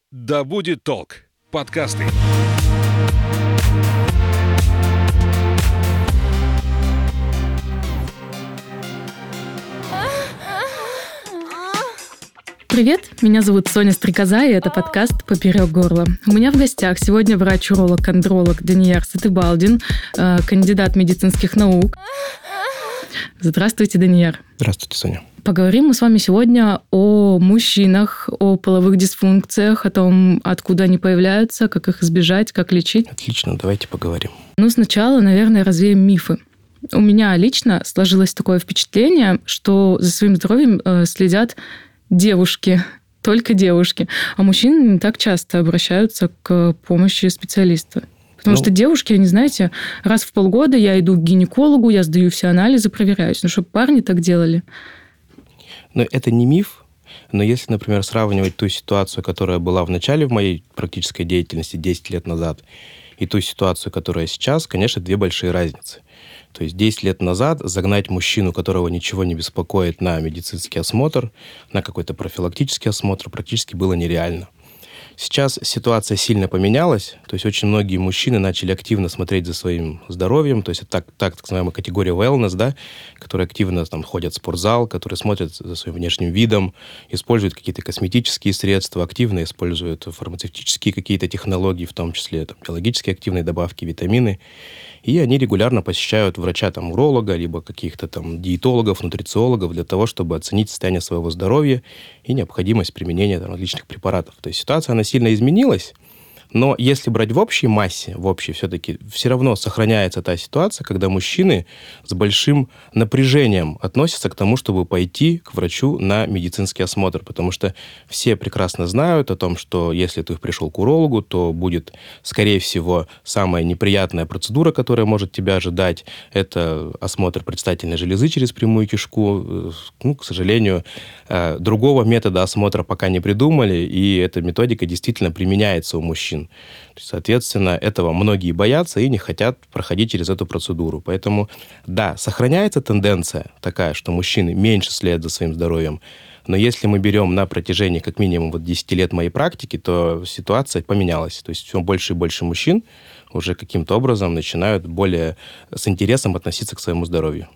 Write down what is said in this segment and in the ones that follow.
Да будет толк. Подкасты. Привет, меня зовут Соня Стрекоза, и это подкаст «Поперек горла». У меня в гостях сегодня врач-уролог-андролог Данияр Сатыбалдин, кандидат медицинских наук. Здравствуйте, Данияр. Здравствуйте, Соня. Поговорим мы с вами сегодня о мужчинах, о половых дисфункциях, о том, откуда они появляются, как их избежать, как лечить. Отлично, давайте поговорим. Сначала, наверное, развеем мифы. У меня лично сложилось такое впечатление, что за своим здоровьем следят девушки, только девушки. А мужчины не так часто обращаются к помощи специалиста. Потому что девушки, они, знаете, раз в полгода я иду к гинекологу, я сдаю все анализы, проверяюсь. Чтобы парни так делали. Но это не миф. Но если, например, сравнивать ту ситуацию, которая была в начале в моей практической деятельности 10 лет назад, и ту ситуацию, которая сейчас, конечно, две большие разницы. То есть 10 лет назад загнать мужчину, которого ничего не беспокоит, на медицинский осмотр, на какой-то профилактический осмотр практически было нереально. Сейчас ситуация сильно поменялась, то есть очень многие мужчины начали активно смотреть за своим здоровьем, то есть это так называемая категория wellness, да, которые активно там ходят в спортзал, которые смотрят за своим внешним видом, используют какие-то косметические средства, активно используют фармацевтические какие-то технологии, в том числе там, биологически активные добавки, витамины. И они регулярно посещают врача, уролога, либо каких-то диетологов, нутрициологов для того, чтобы оценить состояние своего здоровья и необходимость применения различных препаратов. То есть ситуация, она сильно изменилась, но если брать в общей массе, все-таки все равно сохраняется та ситуация, когда мужчины с большим напряжением относятся к тому, чтобы пойти к врачу на медицинский осмотр, потому что все прекрасно знают о том, что если ты пришел к урологу, то будет, скорее всего, самая неприятная процедура, которая может тебя ожидать, это осмотр предстательной железы через прямую кишку. К сожалению, другого метода осмотра пока не придумали, и эта методика действительно применяется у мужчин. Соответственно, этого многие боятся и не хотят проходить через эту процедуру. Поэтому, да, сохраняется тенденция такая, что мужчины меньше следят за своим здоровьем. Но если мы берем на протяжении как минимум 10 лет моей практики, то ситуация поменялась. То есть все больше и больше мужчин уже каким-то образом начинают более с интересом относиться к своему здоровью.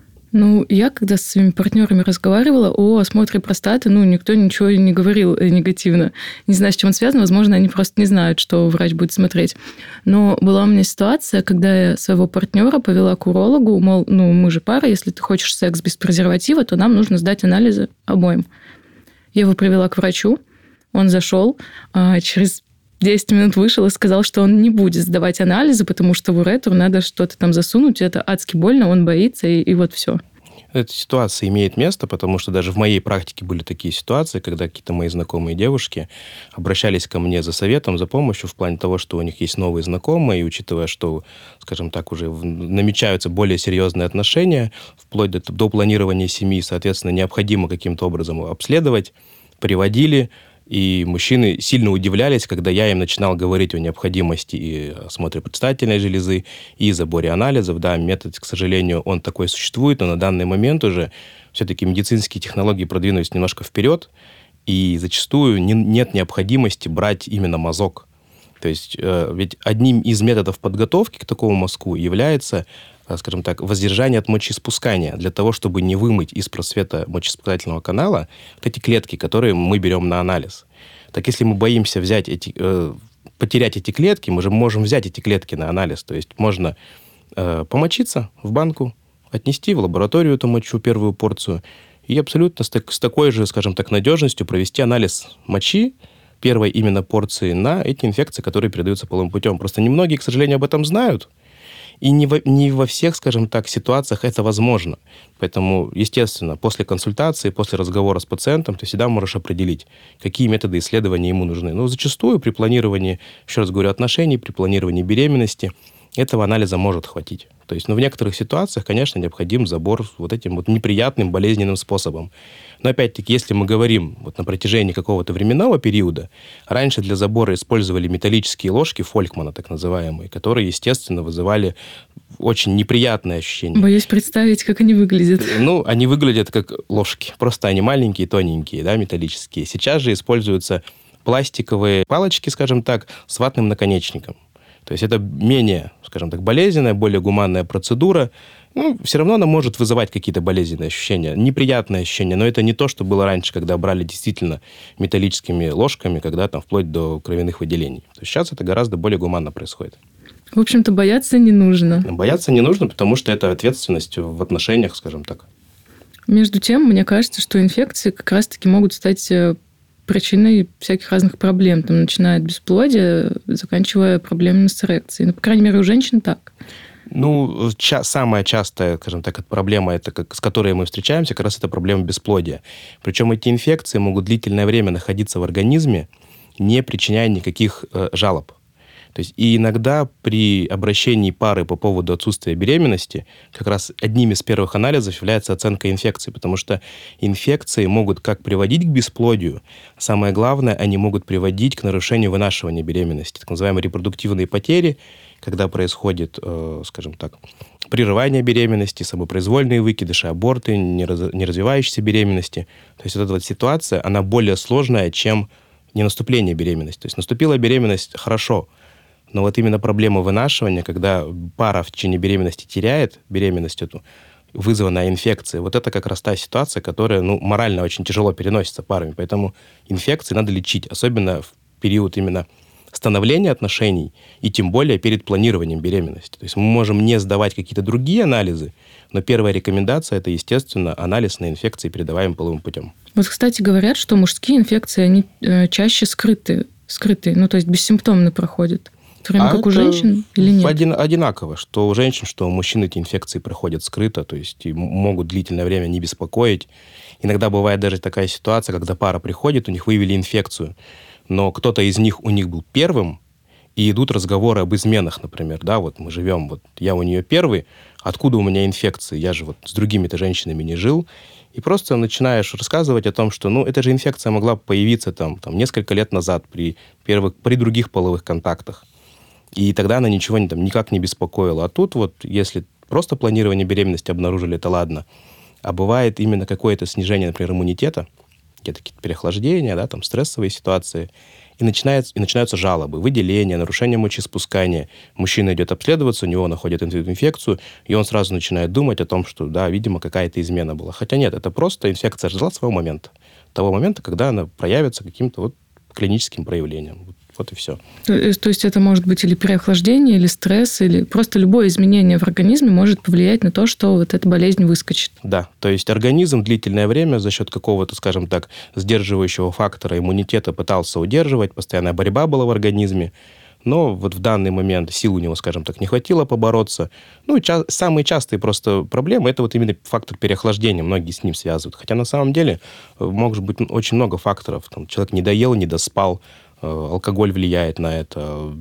Я когда со своими партнерами разговаривала о осмотре простаты, никто ничего не говорил негативно. Не знаю, с чем это связано. Возможно, они просто не знают, что врач будет смотреть. Но была у меня ситуация, когда я своего партнера повела к урологу, мол, мы же пара, если ты хочешь секс без презерватива, то нам нужно сдать анализы обоим. Я его привела к врачу, он зашел, а через 10 минут вышел и сказал, что он не будет сдавать анализы, потому что в уретру надо что-то там засунуть, это адски больно, он боится, и вот все. Эта ситуация имеет место, потому что даже в моей практике были такие ситуации, когда какие-то мои знакомые девушки обращались ко мне за советом, за помощью в плане того, что у них есть новые знакомые, и учитывая, что, скажем так, уже намечаются более серьезные отношения, вплоть до планирования семьи, соответственно, необходимо каким-то образом обследовать, приводили. И мужчины сильно удивлялись, когда я им начинал говорить о необходимости и осмотре предстательной железы, и заборе анализов. Да, метод, к сожалению, он такой существует, но на данный момент уже все-таки медицинские технологии продвинулись немножко вперед, и зачастую нет необходимости брать именно мазок. То есть ведь одним из методов подготовки к такому мазку является, скажем так, воздержание от мочеиспускания, для того, чтобы не вымыть из просвета мочеиспускательного канала вот эти клетки, которые мы берем на анализ. Так если мы боимся потерять эти клетки, мы же можем взять эти клетки на анализ. То есть можно помочиться в банку, отнести в лабораторию эту мочу, первую порцию, и абсолютно с такой же, скажем так, надежностью провести анализ мочи первой именно порции на эти инфекции, которые передаются половым путем. Просто немногие, к сожалению, об этом знают. И не во всех, скажем так, ситуациях это возможно. Поэтому, естественно, после консультации, после разговора с пациентом ты всегда можешь определить, какие методы исследования ему нужны. Но зачастую при планировании, еще раз говорю, отношений, при планировании беременности этого анализа может хватить. То есть, в некоторых ситуациях, конечно, необходим забор вот этим неприятным, болезненным способом. Но опять-таки, если мы говорим на протяжении какого-то временного периода, раньше для забора использовали металлические ложки Фолькмана, так называемые, которые, естественно, вызывали очень неприятные ощущения. Боюсь представить, как они выглядят. Они выглядят как ложки. Просто они маленькие, тоненькие, да, металлические. Сейчас же используются пластиковые палочки, скажем так, с ватным наконечником. То есть это менее, скажем так, болезненная, более гуманная процедура. Ну, все равно она может вызывать какие-то болезненные ощущения, неприятные ощущения, но это не то, что было раньше, когда брали действительно металлическими ложками, когда там вплоть до кровяных выделений. То есть сейчас это гораздо более гуманно происходит. В общем-то, бояться не нужно. Бояться не нужно, потому что это ответственность в отношениях, скажем так. Между тем, мне кажется, что инфекции как раз-таки могут стать причиной всяких разных проблем, там, начиная от бесплодия, заканчивая проблемами с эрекцией. Ну, по крайней мере, у женщин так. Ну, самая частая, скажем так, проблема, с которой мы встречаемся, как раз это проблема бесплодия. Причем эти инфекции могут длительное время находиться в организме, не причиняя никаких жалоб. То есть и иногда при обращении пары по поводу отсутствия беременности как раз одним из первых анализов является оценка инфекции, потому что инфекции могут как приводить к бесплодию, самое главное, они могут приводить к нарушению вынашивания беременности, так называемые репродуктивные потери, когда происходит, скажем так, прерывание беременности, самопроизвольные выкидыши, аборты, неразвивающиеся беременности. То есть вот эта вот ситуация, она более сложная, чем не наступление беременности. То есть наступила беременность – хорошо, но вот именно проблема вынашивания, когда пара в течение беременности теряет беременность эту, вызванная инфекцией, вот это как раз та ситуация, которая морально очень тяжело переносится парами. Поэтому инфекции надо лечить, особенно в период именно становления отношений и тем более перед планированием беременности. То есть мы можем не сдавать какие-то другие анализы, но первая рекомендация – это, естественно, анализ на инфекции, передаваемые половым путем. Вот, кстати, говорят, что мужские инфекции, они чаще скрытые, ну, то есть бессимптомно проходят. В то время как у женщин или нет? Одинаково, что у женщин, что у мужчин эти инфекции проходят скрыто, то есть и могут длительное время не беспокоить. Иногда бывает даже такая ситуация, когда пара приходит, у них выявили инфекцию, но кто-то из них у них был первым, и идут разговоры об изменах, например. Да, вот мы живем, вот я у нее первый, откуда у меня инфекции? Я же вот с другими-то женщинами не жил. И просто начинаешь рассказывать о том, что, эта же инфекция могла появиться там несколько лет назад при других половых контактах. И тогда она ничего никак не беспокоила. А тут вот, если просто планирование беременности обнаружили, это ладно. А бывает именно какое-то снижение, например, иммунитета, где-то какие-то переохлаждения, да, там стрессовые ситуации, и начинаются жалобы, выделения, нарушение мочеиспускания. Мужчина идет обследоваться, у него находят инфекцию, и он сразу начинает думать о том, что, да, видимо, какая-то измена была. Хотя нет, это просто инфекция ждала своего момента. Того момента, когда она проявится каким-то вот клиническим проявлением. Вот и все. То есть это может быть или переохлаждение, или стресс, или просто любое изменение в организме может повлиять на то, что вот эта болезнь выскочит. Да, то есть организм длительное время за счет какого-то, скажем так, сдерживающего фактора иммунитета пытался удерживать, постоянная борьба была в организме, но вот в данный момент сил у него, скажем так, не хватило побороться. Самые частые просто проблемы – это вот именно фактор переохлаждения, многие с ним связывают. Хотя на самом деле может быть очень много факторов. Человек не доел, не доспал, алкоголь влияет на это,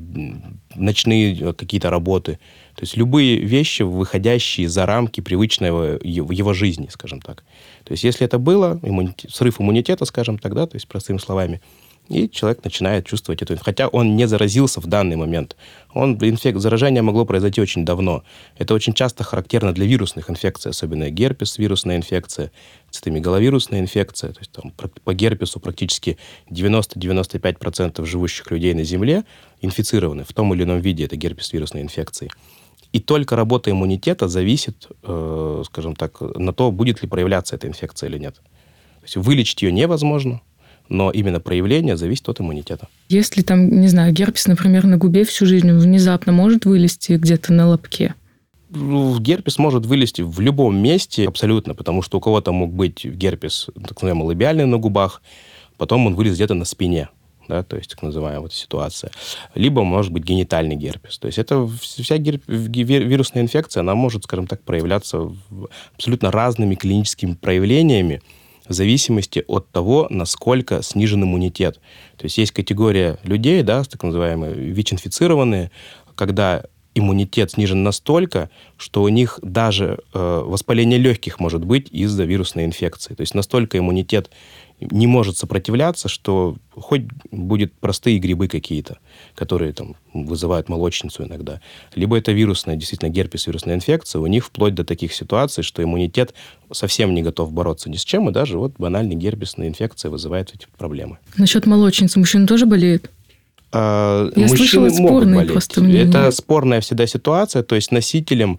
ночные какие-то работы. То есть любые вещи, выходящие за рамки привычного в его жизни, скажем так. То есть если это было, срыв иммунитета, скажем так, да, то есть простыми словами, и человек начинает чувствовать эту инфекцию. Хотя он не заразился в данный момент. Заражение могло произойти очень давно. Это очень часто характерно для вирусных инфекций, особенно герпес, вирусная инфекция, цитомегаловирусная инфекция. То есть по герпесу практически 90-95% живущих людей на Земле инфицированы в том или ином виде этой герпес-вирусной инфекции. И только работа иммунитета зависит, скажем так, на то, будет ли проявляться эта инфекция или нет. То есть вылечить ее невозможно, но именно проявление зависит от иммунитета. Если герпес, например, на губе всю жизнь внезапно может вылезти где-то на лобке? Герпес может вылезти в любом месте абсолютно, потому что у кого-то мог быть герпес, так называемый лабиальный на губах, потом он вылез где-то на спине, да, то есть так называемая ситуация. Либо может быть генитальный герпес. То есть это вся вирусная инфекция, она может, скажем так, проявляться абсолютно разными клиническими проявлениями, в зависимости от того, насколько снижен иммунитет. То есть есть категория людей, да, так называемые ВИЧ-инфицированные, когда иммунитет снижен настолько, что у них даже воспаление легких может быть из-за вирусной инфекции. То есть настолько иммунитет не может сопротивляться, что хоть будут простые грибы какие-то, которые там вызывают молочницу иногда, либо это вирусная, действительно герпес, вирусная инфекция, у них вплоть до таких ситуаций, что иммунитет совсем не готов бороться ни с чем, и даже вот банальная герпесная инфекция вызывает эти проблемы. Насчет молочницы мужчина тоже болеет? Я слышала спорные просто мнения. Это спорная всегда ситуация, то есть носителем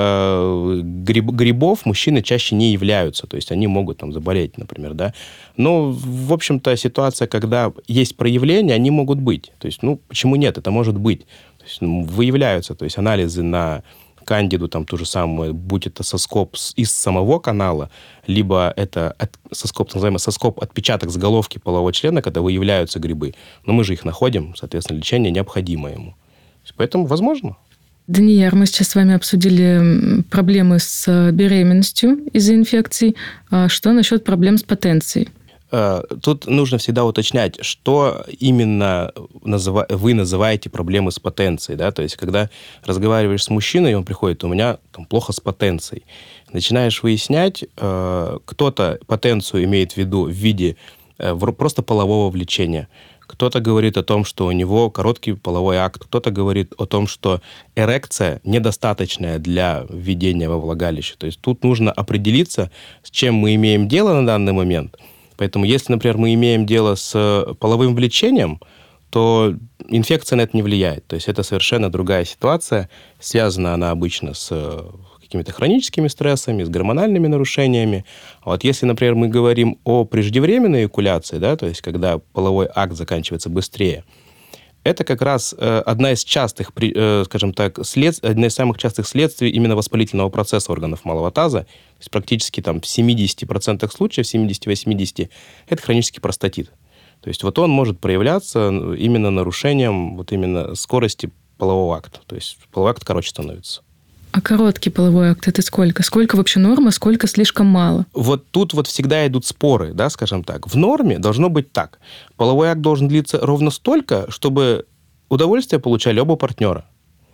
грибов мужчины чаще не являются, то есть они могут там заболеть, например, да. Но, в общем-то, ситуация, когда есть проявления, они могут быть. То есть, почему нет? Это может быть. То есть, выявляются, то есть анализы на кандиду, там ту же самую, будь это соскоб из самого канала, либо это соскоб, так называемый соскоб отпечаток с головки полового члена, когда выявляются грибы. Но мы же их находим, соответственно, лечение необходимо ему. Поэтому возможно. Данияр, мы сейчас с вами обсудили проблемы с беременностью из-за инфекций. А что насчет проблем с потенцией? Тут нужно всегда уточнять, что именно вы называете проблемы с потенцией. Да? То есть, когда разговариваешь с мужчиной, он приходит, у меня там плохо с потенцией. Начинаешь выяснять, кто-то потенцию имеет в виду в виде просто полового влечения. Кто-то говорит о том, что у него короткий половой акт. Кто-то говорит о том, что эрекция недостаточная для введения во влагалище. То есть, тут нужно определиться, с чем мы имеем дело на данный момент. Поэтому, если, например, мы имеем дело с половым влечением, то инфекция на это не влияет. То есть это совершенно другая ситуация. Связана она обычно с какими-то хроническими стрессами, с гормональными нарушениями. А вот если, например, мы говорим о преждевременной эякуляции, да, то есть когда половой акт заканчивается быстрее, это как раз одна из частых, скажем так, одна из самых частых следствий именно воспалительного процесса органов малого таза. То есть практически там в 70% случаев, 70-80%, это хронический простатит. То есть вот он может проявляться именно нарушением вот именно скорости полового акта. То есть половой акт короче становится. А короткий половой акт – это сколько? Сколько вообще норма, сколько слишком мало? Вот тут вот всегда идут споры, да, скажем так. В норме должно быть так. Половой акт должен длиться ровно столько, чтобы удовольствие получали оба партнера.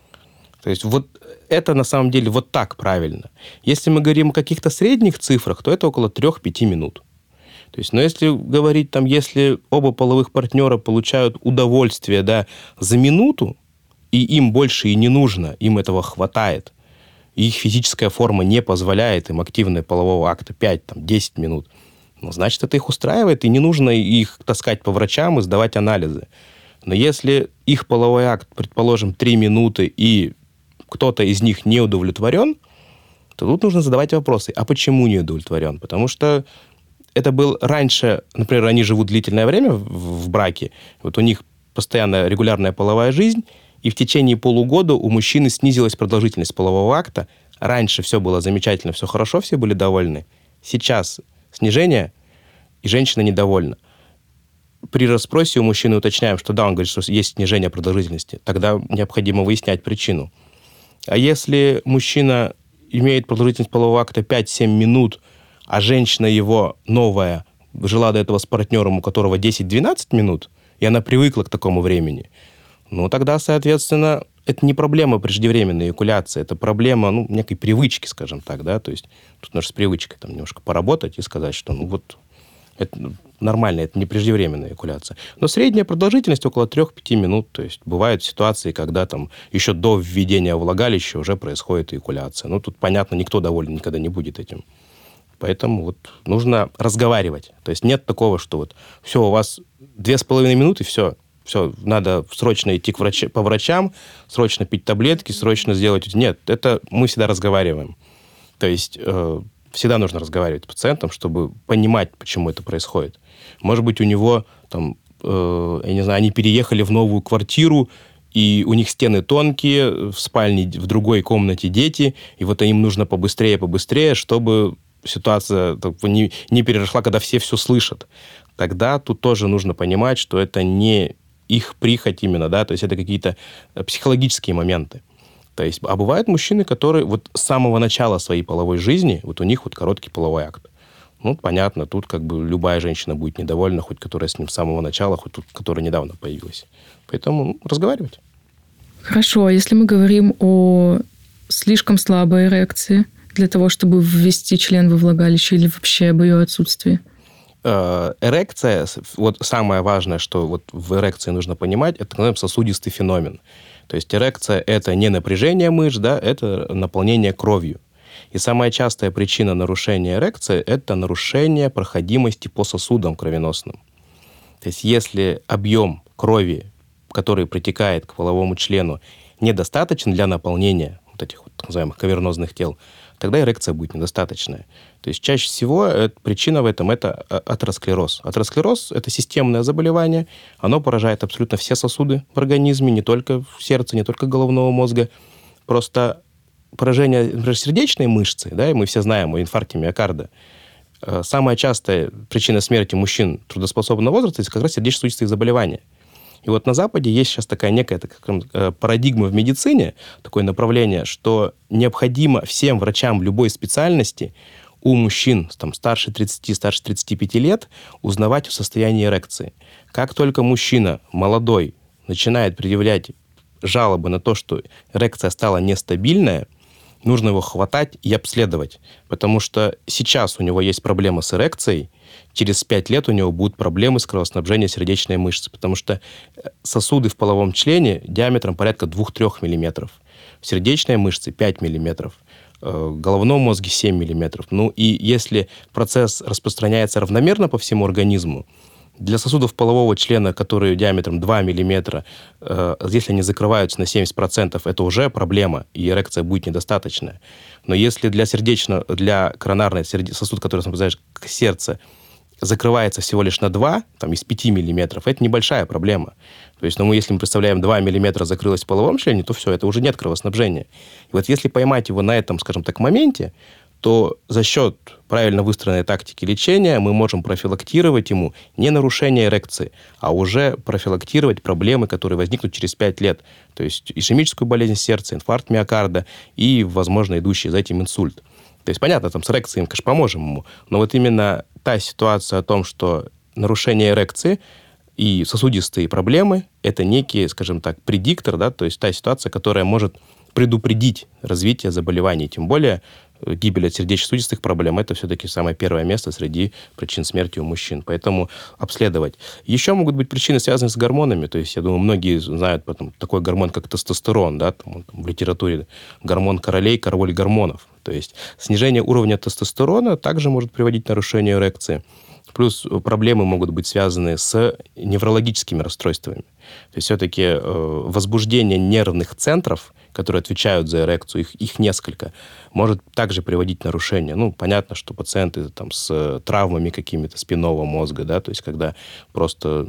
То есть вот это на самом деле вот так правильно. Если мы говорим о каких-то средних цифрах, то это около 3-5 минут. То есть, но если говорить там, если оба половых партнера получают удовольствие, да, за минуту, и им больше и не нужно, им этого хватает, их физическая форма не позволяет им активного полового акта 5-10 минут, значит, это их устраивает, и не нужно их таскать по врачам и сдавать анализы. Но если их половой акт, предположим, 3 минуты, и кто-то из них не удовлетворен, то тут нужно задавать вопросы. А почему не удовлетворен? Потому что это был раньше, например, они живут длительное время в браке, вот у них постоянно регулярная половая жизнь, и в течение полугода у мужчины снизилась продолжительность полового акта. Раньше все было замечательно, все хорошо, все были довольны. Сейчас снижение, и женщина недовольна. При расспросе у мужчины уточняем, что да, он говорит, что есть снижение продолжительности. Тогда необходимо выяснять причину. А если мужчина имеет продолжительность полового акта 5-7 минут, а женщина его новая жила до этого с партнером, у которого 10-12 минут, и она привыкла к такому времени, тогда, соответственно, это не проблема преждевременной эякуляции, это проблема, некой привычки, скажем так, да, то есть тут нужно с привычкой там немножко поработать и сказать, что, это нормально, это не преждевременная эякуляция. Но средняя продолжительность около 3-5 минут, то есть бывают ситуации, когда там еще до введения влагалища уже происходит эякуляция. Тут, понятно, никто доволен никогда не будет этим. Поэтому нужно разговаривать. То есть нет такого, что все, у вас 2,5 минуты, все, надо срочно идти по врачам, срочно пить таблетки, срочно сделать... Нет, это мы всегда разговариваем. То есть всегда нужно разговаривать с пациентом, чтобы понимать, почему это происходит. Может быть, у него, я не знаю, они переехали в новую квартиру, и у них стены тонкие, в спальне, в другой комнате дети, и им нужно побыстрее, чтобы ситуация не переросла, когда все слышат. Тогда тут тоже нужно понимать, что это не их прихоть именно, да, то есть это какие-то психологические моменты. То есть, а бывают мужчины, которые с самого начала своей половой жизни, у них короткий половой акт. Понятно, тут любая женщина будет недовольна, хоть которая с ним с самого начала, хоть которая недавно появилась. Поэтому разговаривать. Хорошо, а если мы говорим о слишком слабой эрекции для того, чтобы ввести член во влагалище или вообще об ее отсутствии? Эрекция, вот самое важное, что вот в эрекции нужно понимать, это, называем, сосудистый феномен. То есть эрекция – это не напряжение мышц, да, это наполнение кровью. И самая частая причина нарушения эрекции – это нарушение проходимости по сосудам кровеносным. То есть если объем крови, который протекает к половому члену, недостаточен для наполнения вот этих вот, так называемых кавернозных тел, тогда эрекция будет недостаточная. То есть чаще всего причина в этом – это атеросклероз. Атеросклероз – это системное заболевание, оно поражает абсолютно все сосуды в организме, не только сердца, не только головного мозга. Просто поражение, например, сердечной мышцы, да, и мы все знаем о инфаркте миокарда, самая частая причина смерти мужчин трудоспособного возраста – это как раз сердечно-сосудистые заболевания. И вот на Западе есть сейчас такая некая парадигма в медицине, такое направление, что необходимо всем врачам любой специальности у мужчин там, старше 30, старше 35 лет узнавать о состоянии эрекции. Как только мужчина молодой начинает предъявлять жалобы на то, что эрекция стала нестабильная, нужно его хватать и обследовать. Потому что сейчас у него есть проблема с эрекцией, через 5 лет у него будут проблемы с кровоснабжением сердечной мышцы, потому что сосуды в половом члене диаметром порядка 2-3 мм, в сердечной мышце 5 мм, в головном мозге 7 мм. Ну и если процесс распространяется равномерно по всему организму, для сосудов полового члена, которые диаметром 2 мм, если они закрываются на 70%, это уже проблема, и эрекция будет недостаточная. Но если для коронарной сосуд, который располагается к сердцу, закрывается всего лишь на 2, там, из 5 мм, это небольшая проблема. То есть, если мы представляем, 2 мм закрылось в половом члене, то все, это уже нет кровоснабжения. И вот если поймать его на этом, скажем так, моменте, то за счет правильно выстроенной тактики лечения мы можем профилактировать ему не нарушение эрекции, а уже профилактировать проблемы, которые возникнут через 5 лет. То есть ишемическую болезнь сердца, инфаркт миокарда и, возможно, идущий за этим инсульт. То есть, понятно, там с эрекцией, конечно, поможем ему, но вот именно та ситуация о том, что нарушение эрекции и сосудистые проблемы – это некий, скажем так, предиктор, да, то есть та ситуация, которая может предупредить развитие заболеваний, тем более гибель от сердечно-сосудистых проблем – это все-таки самое первое место среди причин смерти у мужчин. Поэтому обследовать. Еще могут быть причины, связанные с гормонами. То есть, я думаю, многие знают потом такой гормон, как тестостерон, да, там в литературе гормон королей, король гормонов. То есть, снижение уровня тестостерона также может приводить к нарушению эрекции. Плюс проблемы могут быть связаны с неврологическими расстройствами. То есть все-таки возбуждение нервных центров, которые отвечают за эрекцию, их несколько, может также приводить к нарушению. Ну, понятно, что пациенты там, с травмами какими-то спинного мозга, да, то есть когда просто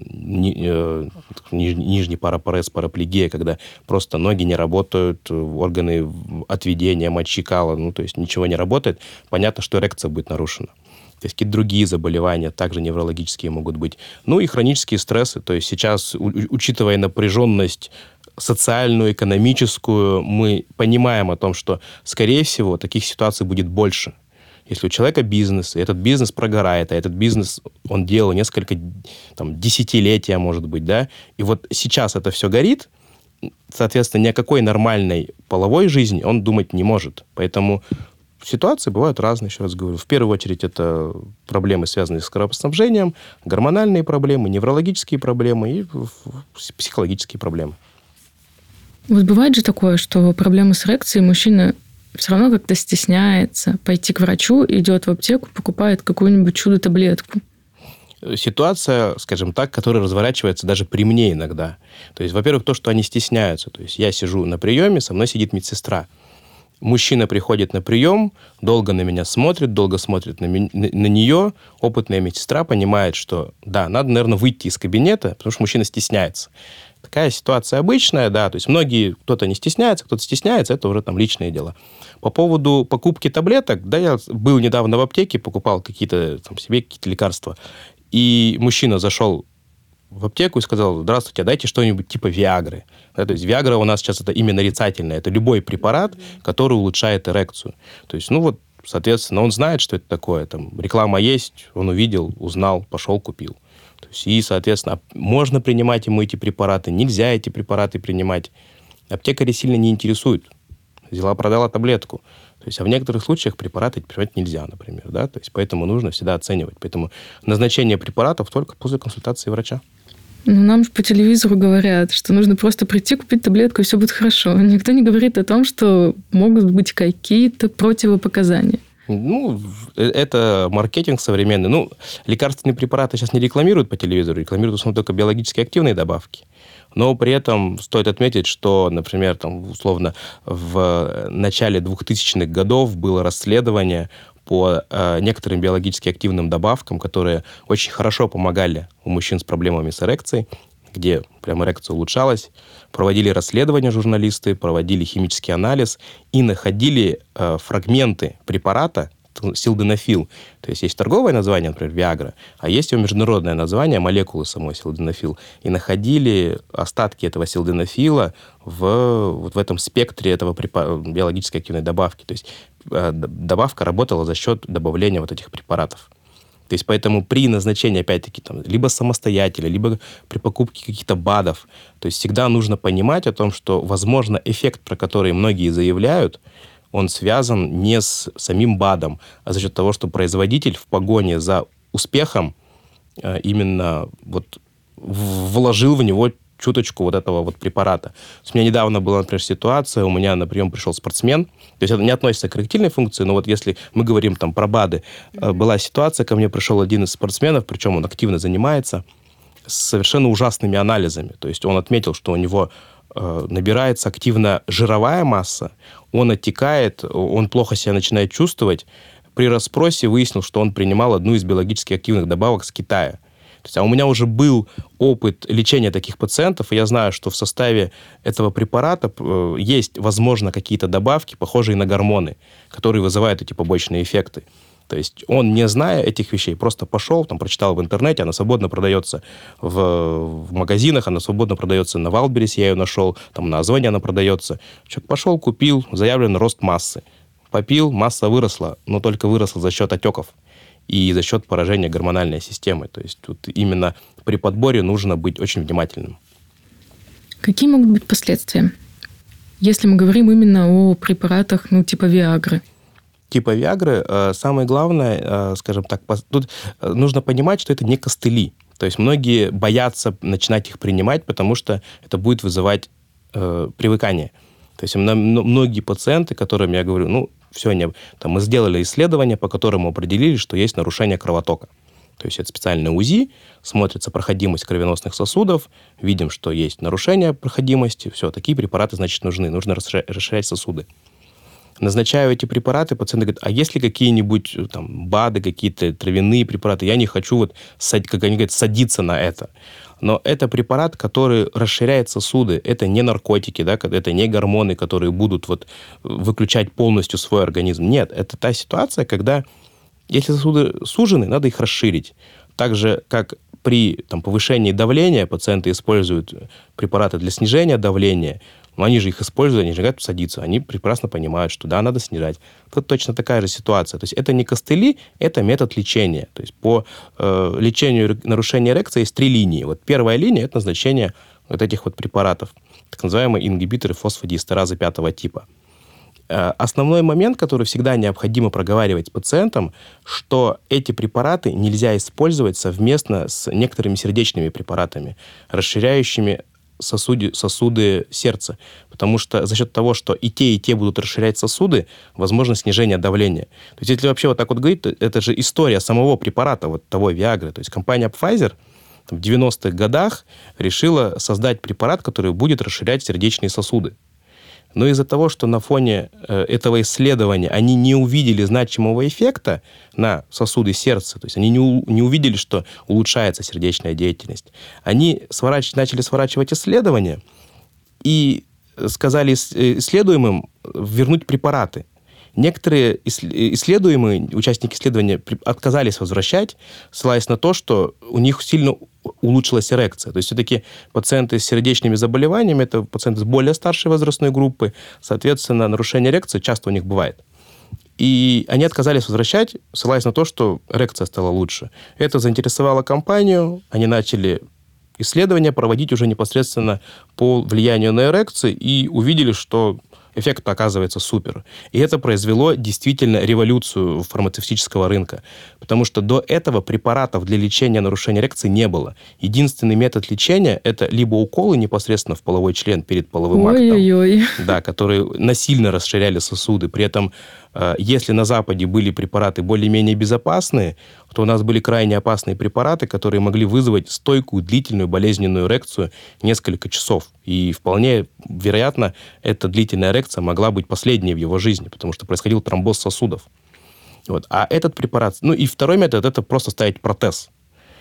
нижний парапарез, параплегия, когда просто ноги не работают, органы отведения, мочи, кала, ну, то есть ничего не работает, понятно, что эрекция будет нарушена. То есть какие-то другие заболевания, также неврологические могут быть. Ну и хронические стрессы. То есть сейчас, учитывая напряженность социальную, экономическую, мы понимаем о том, что, скорее всего, таких ситуаций будет больше. Если у человека бизнес, и этот бизнес прогорает, а этот бизнес он делал несколько десятилетия, может быть, да, и вот сейчас это все горит, соответственно, ни о какой нормальной половой жизни он думать не может. Поэтому ситуации бывают разные, еще раз говорю. В первую очередь это проблемы, связанные с кровоснабжением, гормональные проблемы, неврологические проблемы и психологические проблемы. Вот бывает же такое, что проблемы с эрекцией мужчина все равно как-то стесняется пойти к врачу, идет в аптеку, покупает какую-нибудь чудо-таблетку. Ситуация, скажем так, которая разворачивается даже при мне иногда. То есть, во-первых, то, что они стесняются. То есть я сижу на приеме, со мной сидит медсестра. Мужчина приходит на прием, долго на меня смотрит, долго смотрит на нее. Опытная медсестра понимает, что да, надо, наверное, выйти из кабинета, потому что мужчина стесняется. Такая ситуация обычная, да, то есть многие, кто-то не стесняется, кто-то стесняется, это уже там личное дело. По поводу покупки таблеток, да, я был недавно в аптеке, покупал какие-то там себе какие-то лекарства, и мужчина зашел в аптеку и сказал: здравствуйте, дайте что-нибудь типа Виагры. Да, то есть Виагра у нас сейчас это имя нарицательное, это любой препарат, который улучшает эрекцию. То есть, ну вот, соответственно, он знает, что это такое, там реклама есть, он увидел, узнал, пошел, купил. То есть, и, соответственно, можно принимать ему эти препараты, нельзя эти препараты принимать. аптекари сильно не интересуют. Взяла, продала таблетку. То есть, а в некоторых случаях препараты принимать нельзя, например. Да? То есть, поэтому нужно всегда оценивать. Поэтому назначение препаратов только после консультации врача. Ну, нам же по телевизору говорят, что нужно просто прийти, купить таблетку, и все будет хорошо. Никто не говорит о том, что могут быть какие-то противопоказания. Ну, это маркетинг современный. Ну, лекарственные препараты сейчас не рекламируют по телевизору, рекламируют в основном только биологически активные добавки. Но при этом стоит отметить, что, например, там, условно, в начале 2000-х годов было расследование по некоторым биологически активным добавкам, которые очень хорошо помогали у мужчин с проблемами с эрекцией, где прям эрекция улучшалась. Проводили расследования журналисты, проводили химический анализ и находили фрагменты препарата силденафил. То есть торговое название, например, Viagra, а есть его международное название, молекулы самой силденафил. И находили остатки этого силденафила в этом спектре этого биологически активной добавки. То есть добавка работала за счет добавления вот этих препаратов. То есть поэтому при назначении, опять-таки, там, либо самостоятельно, либо при покупке каких-то БАДов, то есть всегда нужно понимать о том, что, возможно, эффект, про который многие заявляют, он связан не с самим БАДом, а за счет того, что производитель в погоне за успехом именно вот вложил в него чуточку вот этого вот препарата. У меня недавно была, например, ситуация, у меня на прием пришел спортсмен, то есть это не относится к эректильной функции, но вот если мы говорим там про БАДы, была ситуация, ко мне пришел один из спортсменов, причем он активно занимается, с совершенно ужасными анализами. То есть он отметил, что у него набирается активно жировая масса, он оттекает, он плохо себя начинает чувствовать. При расспросе выяснил, что он принимал одну из биологически активных добавок с Китая. То есть, а у меня уже был опыт лечения таких пациентов, и я знаю, что в составе этого препарата есть, возможно, какие-то добавки, похожие на гормоны, которые вызывают эти побочные эффекты. То есть он, не зная этих вещей, просто пошел, там, прочитал в интернете, она свободно продается в магазинах, она свободно продается на Wildberries, я ее нашел, там на Озоне она продается. Человек пошел, купил, заявлен рост массы. Попил, масса выросла, но только выросла за счет отеков и за счет поражения гормональной системы. То есть тут именно при подборе нужно быть очень внимательным. Какие могут быть последствия, если мы говорим именно о препаратах, типа Виагры? Типа Виагры, самое главное, скажем так, тут нужно понимать, что это не костыли. То есть многие боятся начинать их принимать, потому что это будет вызывать привыкание. То есть многие пациенты, которым я говорю, все, мы сделали исследование, по которому определили, что есть нарушение кровотока. То есть это специальное УЗИ, смотрится проходимость кровеносных сосудов, видим, что есть нарушение проходимости, все, такие препараты, значит, нужны, нужно расширять сосуды. Назначаю эти препараты, пациенты говорят, а есть ли какие-нибудь там БАДы, какие-то травяные препараты? Я не хочу, как они говорят, садиться на это. Но это препарат, который расширяет сосуды. Это не наркотики, да, это не гормоны, которые будут выключать полностью свой организм. Нет, это та ситуация, когда если сосуды сужены, надо их расширить. Так же, как при повышении давления пациенты используют препараты для снижения давления, но они же их используют, они же говорят садиться. Они прекрасно понимают, что да, надо снижать. Тут точно такая же ситуация. То есть это не костыли, это метод лечения. То есть по лечению нарушения эрекции есть 3 линии. Первая линия – это назначение этих препаратов, так называемые ингибиторы фосфодиэстеразы 5 типа. Основной момент, который всегда необходимо проговаривать с пациентом, что эти препараты нельзя использовать совместно с некоторыми сердечными препаратами, расширяющими сосуды сердца. Потому что за счет того, что и те будут расширять сосуды, возможно снижение давления. То есть если вообще так говорить, то это же история самого препарата, того Viagra. То есть компания Pfizer в 90-х годах решила создать препарат, который будет расширять сердечные сосуды. Но из-за того, что на фоне этого исследования они не увидели значимого эффекта на сосуды сердца, то есть они не увидели, что улучшается сердечная деятельность, они начали сворачивать исследования и сказали исследуемым вернуть препараты. Некоторые исследуемые, участники исследования, отказались возвращать, ссылаясь на то, что у них сильно улучшилась эрекция. То есть все-таки пациенты с сердечными заболеваниями, это пациенты с более старшей возрастной группы, соответственно, нарушение эрекции часто у них бывает. И они отказались возвращать, ссылаясь на то, что эрекция стала лучше. Это заинтересовало компанию, они начали исследования проводить уже непосредственно по влиянию на эрекции и увидели, что эффект оказывается супер. И это произвело действительно революцию фармацевтического рынка. Потому что до этого препаратов для лечения нарушения эрекции не было. Единственный метод лечения – это либо уколы непосредственно в половой член перед половым актом, да, которые насильно расширяли сосуды. При этом, если на Западе были препараты более-менее безопасные, то у нас были крайне опасные препараты, которые могли вызвать стойкую, длительную болезненную эрекцию несколько часов. И вполне вероятно, эта длительная эрекция могла быть последней в его жизни, потому что происходил тромбоз сосудов. Вот. А этот препарат... Ну и второй метод – это просто ставить протез.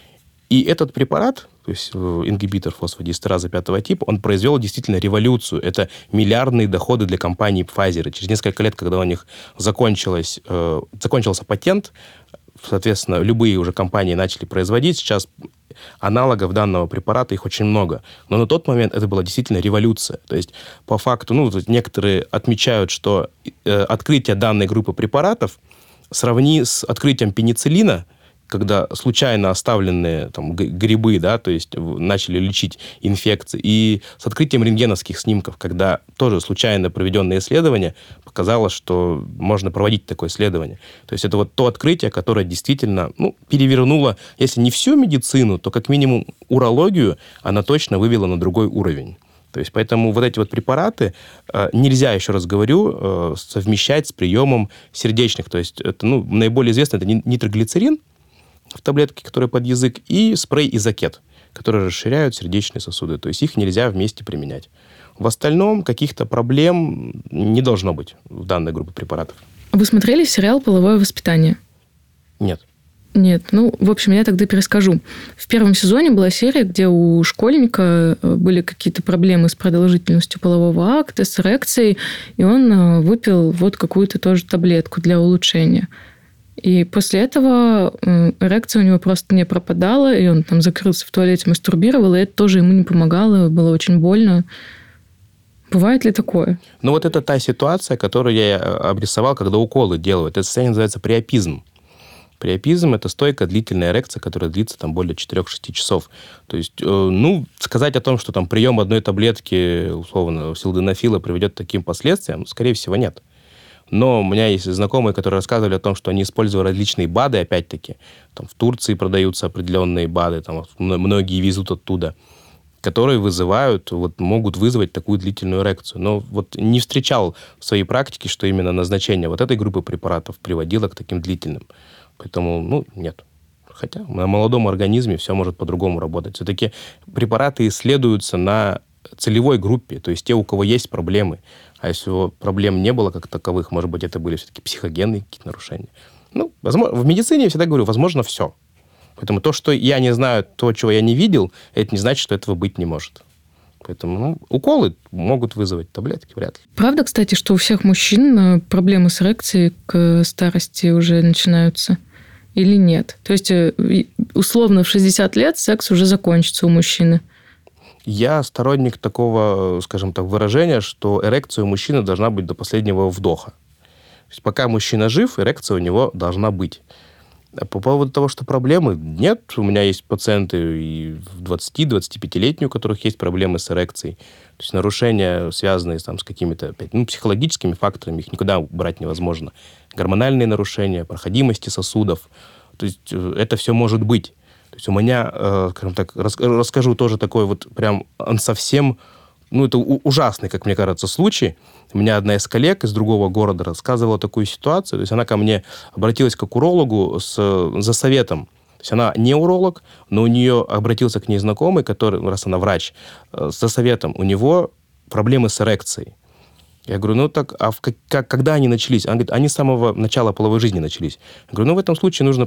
И этот препарат, то есть ингибитор фосфодиэстеразы 5 типа, он произвел действительно революцию. Это миллиардные доходы для компании Pfizer. Через несколько лет, когда у них закончился патент, соответственно, любые уже компании начали производить. Сейчас аналогов данного препарата, их очень много. Но на тот момент это была действительно революция. То есть, по факту, некоторые отмечают, что открытие данной группы препаратов сравни с открытием пенициллина, когда случайно оставленные там, грибы, да, то есть начали лечить инфекции, и с открытием рентгеновских снимков, когда тоже случайно проведенное исследование показало, что можно проводить такое исследование. То есть это вот то открытие, которое действительно перевернуло, если не всю медицину, то как минимум урологию она точно вывела на другой уровень. То есть поэтому вот эти вот препараты нельзя, еще раз говорю, совмещать с приемом сердечных. То есть это, наиболее известно, это нитроглицерин в таблетке, которая под язык, и спрей Изокет, которые расширяют сердечные сосуды. То есть их нельзя вместе применять. В остальном каких-то проблем не должно быть в данной группе препаратов. Вы смотрели сериал «Половое воспитание»? Нет. Нет. В общем, я тогда перескажу. В первом сезоне была серия, где у школьника были какие-то проблемы с продолжительностью полового акта, с эрекцией, и он выпил вот какую-то тоже таблетку для улучшения. И после этого эрекция у него просто не пропадала, и он там закрылся в туалете, мастурбировал, и это тоже ему не помогало, было очень больно. Бывает ли такое? Вот это та ситуация, которую я обрисовал, когда уколы делают. Это состояние называется приопизм. Приопизм – это стойкая длительная эрекция, которая длится там более 4-6 часов. То есть, сказать о том, что там прием одной таблетки, условно, силденафила приведет к таким последствиям, скорее всего, нет. Но у меня есть знакомые, которые рассказывали о том, что они использовали различные БАДы, опять-таки. Там в Турции продаются определенные БАДы, там многие везут оттуда, которые вызывают, могут вызвать такую длительную эрекцию. Но не встречал в своей практике, что именно назначение вот этой группы препаратов приводило к таким длительным. Поэтому, нет. Хотя на молодом организме все может по-другому работать. Все-таки препараты исследуются на целевой группе, то есть те, у кого есть проблемы. А если проблем не было как таковых, может быть, это были все-таки психогенные какие-то нарушения. Возможно, в медицине я всегда говорю, возможно, все. Поэтому то, что я не знаю, то, чего я не видел, это не значит, что этого быть не может. Поэтому уколы могут вызвать, таблетки вряд ли. Правда, кстати, что у всех мужчин проблемы с эрекцией к старости уже начинаются? Или нет? То есть, условно, в 60 лет секс уже закончится у мужчины. Я сторонник такого, скажем так, выражения, что эрекция у мужчины должна быть до последнего вдоха. То есть пока мужчина жив, эрекция у него должна быть. А по поводу того, что проблемы, нет. У меня есть пациенты и 20-25-летние, у которых есть проблемы с эрекцией. То есть нарушения, связанные с какими-то психологическими факторами, их никуда убрать невозможно. Гормональные нарушения, проходимости сосудов. То есть это все может быть. То есть у меня, скажем так, расскажу тоже такой прям он совсем, это ужасный, как мне кажется, случай. У меня одна из коллег из другого города рассказывала такую ситуацию. То есть она ко мне обратилась как к урологу за советом. То есть она не уролог, но у нее обратился к ней знакомый, который, раз она врач, за советом. У него проблемы с эрекцией. Я говорю, когда они начались? Она говорит, они с самого начала половой жизни начались. Я говорю, в этом случае нужно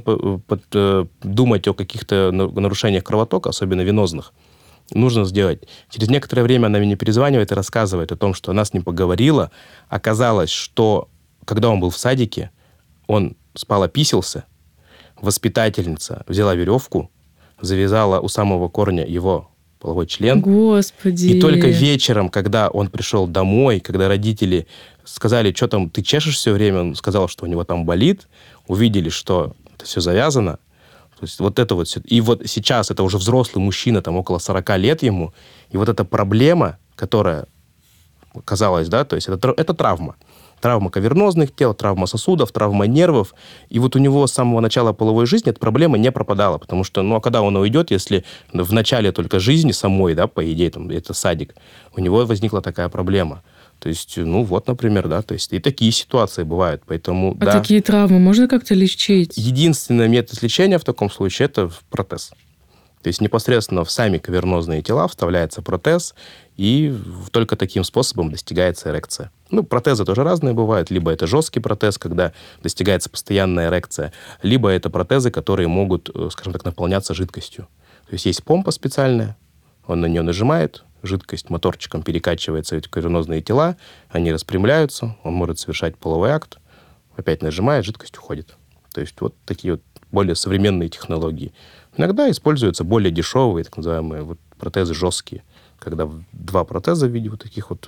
думать о каких-то нарушениях кровотока, особенно венозных. Нужно сделать. Через некоторое время она мне перезванивает и рассказывает о том, что она с ним поговорила. Оказалось, что когда он был в садике, он спал, описался, воспитательница взяла веревку, завязала у самого корня его половой член. Господи. И только вечером, когда он пришел домой, когда родители сказали, что там, ты чешешь все время, он сказал, что у него там болит, увидели, что это все завязано, То есть вот это вот все. И вот сейчас это уже взрослый мужчина, там около 40 лет ему, и вот эта проблема, которая казалось, да, то есть это травма. Травма кавернозных тел, травма сосудов, травма нервов. И вот у него с самого начала половой жизни эта проблема не пропадала, потому что, ну, а когда он уйдет, если в начале только жизни самой, да, по идее, там, это садик, у него возникла такая проблема. То есть, ну, вот, например, да, то есть и такие ситуации бывают, поэтому, А такие травмы можно как-то лечить? Единственный метод лечения в таком случае – это протез. То есть непосредственно в сами кавернозные тела вставляется протез, и только таким способом достигается эрекция. Ну, протезы тоже разные бывают. Либо это жесткий протез, когда достигается постоянная эрекция, либо это протезы, которые могут, скажем так, наполняться жидкостью. То есть есть помпа специальная, он на нее нажимает, жидкость моторчиком перекачивается в эти кавернозные тела, они распрямляются, он может совершать половой акт, опять нажимает, жидкость уходит. То есть вот такие вот более современные технологии. Иногда используются более дешевые, так называемые вот протезы жесткие, когда два протеза в виде вот таких вот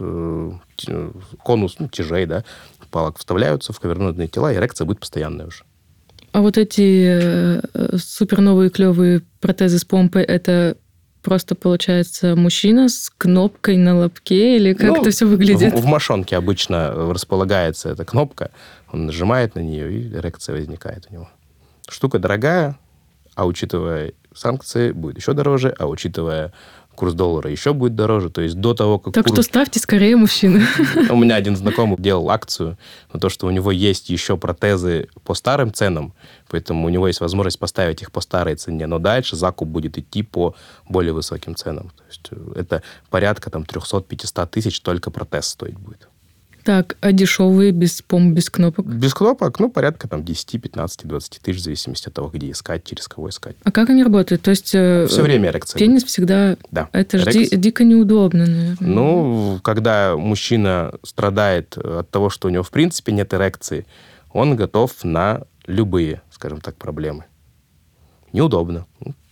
конус, ну, тяжей, да, палок вставляются в кавернозные тела, и эрекция будет постоянная уже. А вот эти супер новые клевые протезы с помпой, это просто, получается, мужчина с кнопкой на лобке, или как это все выглядит? В мошонке обычно располагается эта кнопка, он нажимает на нее, и эрекция возникает у него. Штука дорогая, а учитывая санкции, будет еще дороже, а учитывая курс доллара еще будет дороже. То есть до того, как Так что ставьте скорее мужчины. У меня один знакомый делал акцию на то, что у него есть еще протезы по старым ценам, поэтому у него есть возможность поставить их по старой цене, но дальше закуп будет идти по более высоким ценам. То есть это порядка там 300-500 тысяч только протез стоить будет. Так, а дешевые без помп, без кнопок? Без кнопок, ну, порядка там 10, 15, 20 тысяч, в зависимости от того, где искать, через кого искать. А как они работают? То есть все время эрекция. Пенис всегда... Да. Это же дико неудобно, наверное. Ну, когда мужчина страдает от того, что у него в принципе нет эрекции, он готов на любые, скажем так, проблемы. Неудобно.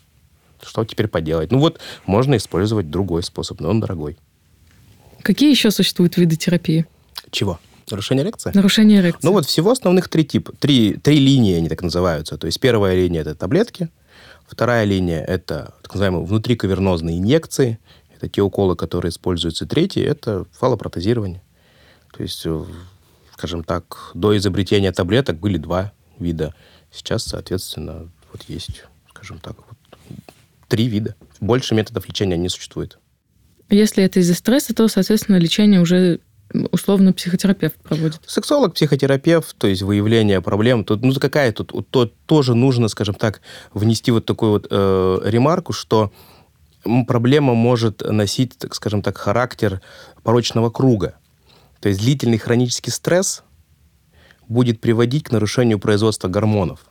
Что теперь поделать? Ну вот, можно использовать другой способ, но он дорогой. Какие еще существуют виды терапии? Чего? Нарушение эрекции? Нарушение эрекции. Ну вот всего основных три типа. Три линии они так называются. То есть первая линия – это таблетки. Вторая линия – это так называемые внутрикавернозные инъекции. Это те уколы, которые используются. Третья – это фаллопротезирование. То есть, скажем так, до изобретения таблеток были два вида. Сейчас, соответственно, вот есть, скажем так, вот 3 вида. Больше методов лечения не существует. Если это из-за стресса, то, соответственно, лечение уже условно психотерапевт проводит. Сексолог, психотерапевт, то есть выявление проблем. Тут, ну, какая тут тоже нужно, скажем так, внести вот такую вот ремарку, что проблема может носить, так скажем так, характер порочного круга. То есть длительный хронический стресс будет приводить к нарушению производства гормонов.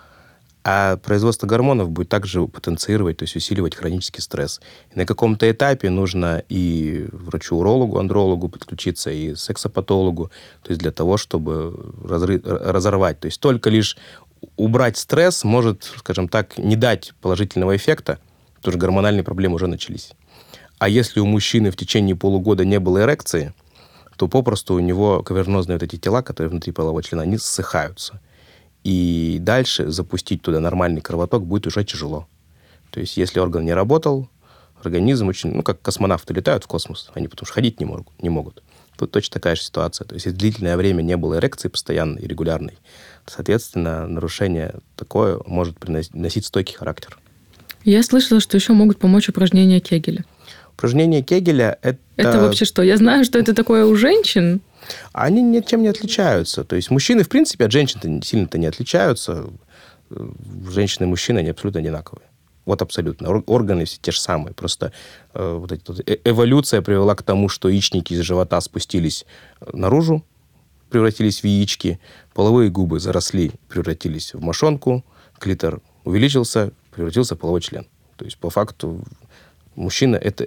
А производство гормонов будет также потенцировать, то есть усиливать хронический стресс. И на каком-то этапе нужно и врачу-урологу, андрологу подключиться, и сексопатологу, то есть для того, чтобы разорвать. То есть только лишь убрать стресс может, скажем так, не дать положительного эффекта, потому что гормональные проблемы уже начались. А если у мужчины в течение полугода не было эрекции, то попросту у него кавернозные вот эти тела, которые внутри полового члена, они ссыхаются. И дальше запустить туда нормальный кровоток будет уже тяжело. То есть, если орган не работал, организм очень... Ну, как космонавты летают в космос, они потому что ходить не могут. Тут точно такая же ситуация. То есть, если длительное время не было эрекции постоянной и регулярной, соответственно, нарушение такое может носить стойкий характер. Я слышала, что еще могут помочь упражнения Кегеля. Упражнения Кегеля – это... Это вообще что? Я знаю, что это такое у женщин. Они ничем не отличаются. То есть мужчины, в принципе, от женщин сильно-то не отличаются. Женщины и мужчины, они абсолютно одинаковые. Вот абсолютно. Органы все те же самые. Просто эволюция привела к тому, что яичники из живота спустились наружу, превратились в яички, половые губы заросли, превратились в мошонку, клитор увеличился, превратился в половой член. То есть, по факту, мужчина – это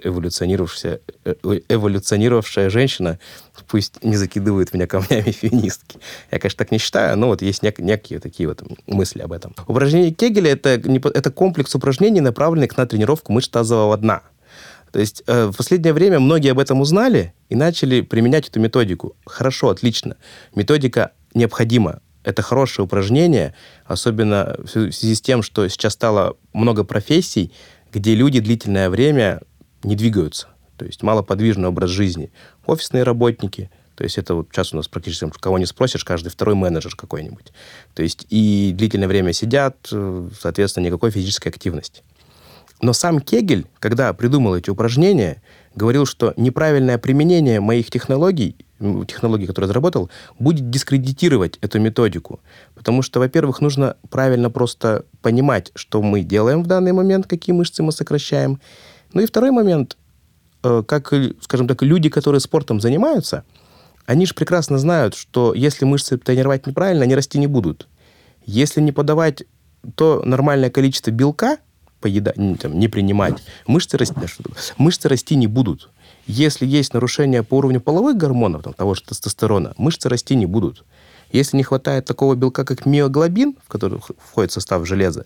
эволюционировавшая женщина. Пусть не закидывают меня камнями феминистки. Я, конечно, так не считаю, но вот есть некие такие вот мысли об этом. Упражнение Кегеля – это комплекс упражнений, направленных на тренировку мышц тазового дна. То есть в последнее время многие об этом узнали и начали применять эту методику. Хорошо, отлично. Методика необходима. это хорошее упражнение, особенно в связи с тем, что сейчас стало много профессий, где люди длительное время не двигаются. То есть малоподвижный образ жизни. Офисные работники, то есть это вот сейчас у нас практически, кого не спросишь, каждый второй менеджер какой-нибудь. То есть и длительное время сидят, соответственно, никакой физической активности. Но сам Кегель, когда придумал эти упражнения, говорил, что неправильное применение моих технологий, которые разработал, будет дискредитировать эту методику. Потому что, во-первых, нужно правильно просто понимать, что мы делаем в данный момент, какие мышцы мы сокращаем. Ну и второй момент, как, скажем так, люди, которые спортом занимаются, они же прекрасно знают, что если мышцы тренировать неправильно, они расти не будут. Если не подавать то нормальное количество белка, не принимать, мышцы расти не будут. Если есть нарушение по уровню половых гормонов, того же тестостерона, мышцы расти не будут. Если не хватает такого белка, как миоглобин, в который входит в состав железа,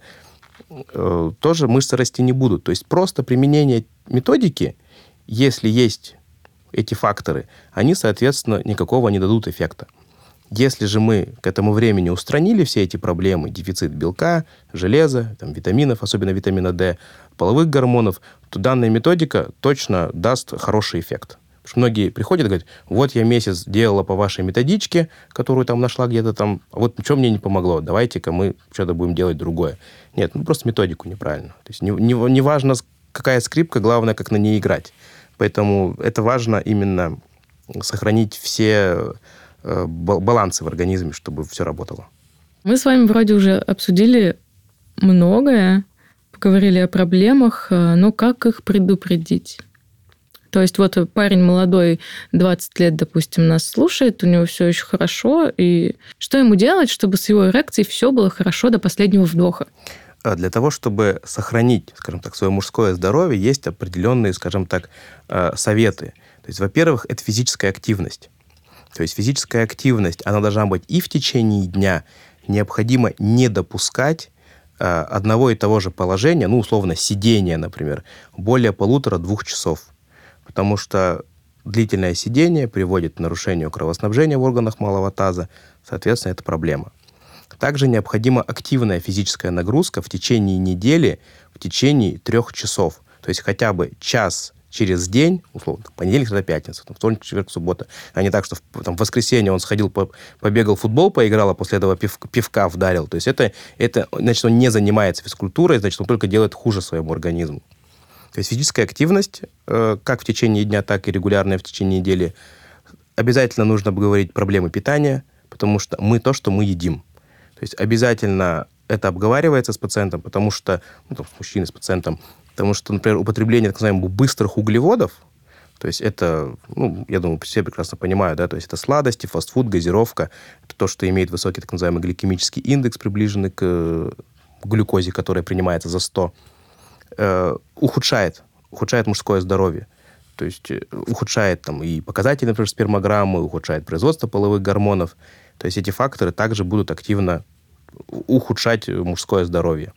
тоже мышцы расти не будут. То есть просто применение методики, если есть эти факторы, они, соответственно, никакого не дадут эффекта. Если же мы к этому времени устранили все эти проблемы, дефицит белка, железа, витаминов, особенно витамина D, половых гормонов, то данная методика точно даст хороший эффект. Потому что многие приходят и говорят, вот я месяц делала по вашей методичке, которую нашла где-то там, а вот ничего мне не помогло, давайте-ка мы что-то будем делать другое. Нет, просто методику неправильно. То есть не важно, какая скрипка, главное, как на ней играть. Поэтому это важно именно сохранить все балансы в организме, чтобы все работало. Мы с вами вроде уже обсудили многое, поговорили о проблемах, но как их предупредить? То есть вот парень молодой, 20 лет, допустим, нас слушает, у него все еще хорошо, и что ему делать, чтобы с его эрекцией все было хорошо до последнего вдоха? Для того, чтобы сохранить, скажем так, свое мужское здоровье, есть определенные, скажем так, советы. То есть, во-первых, это физическая активность. То есть физическая активность, она должна быть и в течение дня. Необходимо не допускать одного и того же положения, условно, сидения, например, более 1,5-2 часов. Потому что длительное сидение приводит к нарушению кровоснабжения в органах малого таза. Соответственно, это проблема. Также необходима активная физическая нагрузка в течение недели, в течение 3 часов. То есть хотя бы час через день, условно, понедельник, среда, пятница, вторник, четверг, суббота, а не так, что в воскресенье он сходил, побегал в футбол, поиграл, а после этого пивка вдарил. То есть это, значит, он не занимается физкультурой, значит, он только делает хуже своему организму. То есть физическая активность, как в течение дня, так и регулярная в течение недели. Обязательно нужно обговорить проблемы питания, потому что мы то, что мы едим. То есть обязательно это обговаривается с пациентом, потому что, с мужчиной, с пациентом, потому что, например, употребление так называемых быстрых углеводов, то есть это, я думаю, все прекрасно понимают, да, то есть это сладости, фастфуд, газировка, это то, что имеет высокий так называемый гликемический индекс, приближенный к глюкозе, которая принимается за 100, ухудшает мужское здоровье. То есть ухудшает и показатели, например, спермограммы, ухудшает производство половых гормонов. То есть эти факторы также будут активно ухудшать мужское здоровье.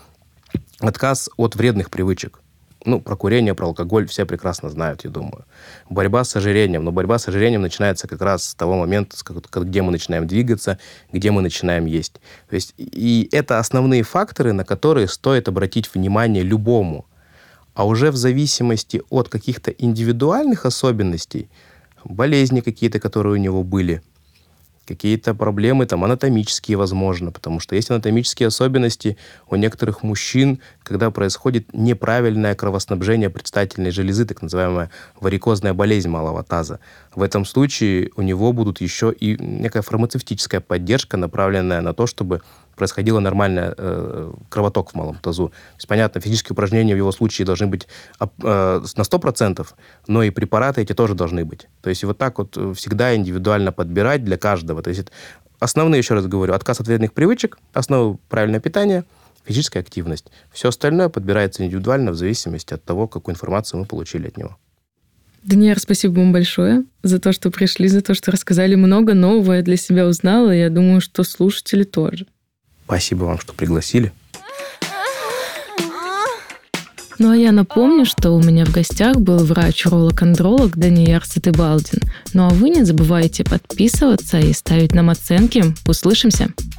Отказ от вредных привычек. Про курение, про алкоголь все прекрасно знают, я думаю. Борьба с ожирением. Но борьба с ожирением начинается как раз с того момента, где мы начинаем двигаться, где мы начинаем есть. То есть, и это основные факторы, на которые стоит обратить внимание любому. А уже в зависимости от каких-то индивидуальных особенностей, болезни какие-то, которые у него были, какие-то проблемы анатомические, возможно, потому что есть анатомические особенности у некоторых мужчин, когда происходит неправильное кровоснабжение предстательной железы, так называемая варикозная болезнь малого таза. В этом случае у него будут еще и некая фармацевтическая поддержка, направленная на то, чтобы происходил нормальный кровоток в малом тазу. То есть, понятно, физические упражнения в его случае должны быть на 100%, но и препараты эти тоже должны быть. То есть вот так вот всегда индивидуально подбирать для каждого. То есть основные, еще раз говорю, отказ от вредных привычек, основа правильное питание, физическая активность. Все остальное подбирается индивидуально в зависимости от того, какую информацию мы получили от него. Даниэль, спасибо вам большое за то, что пришли, за то, что рассказали много нового, я для себя узнала. Я думаю, что слушатели тоже. Спасибо вам, что пригласили. Ну а я напомню, что у меня в гостях был врач-уролог-андролог Данияр Сатыбалдин. Ну а вы не забывайте подписываться и ставить нам оценки. Услышимся!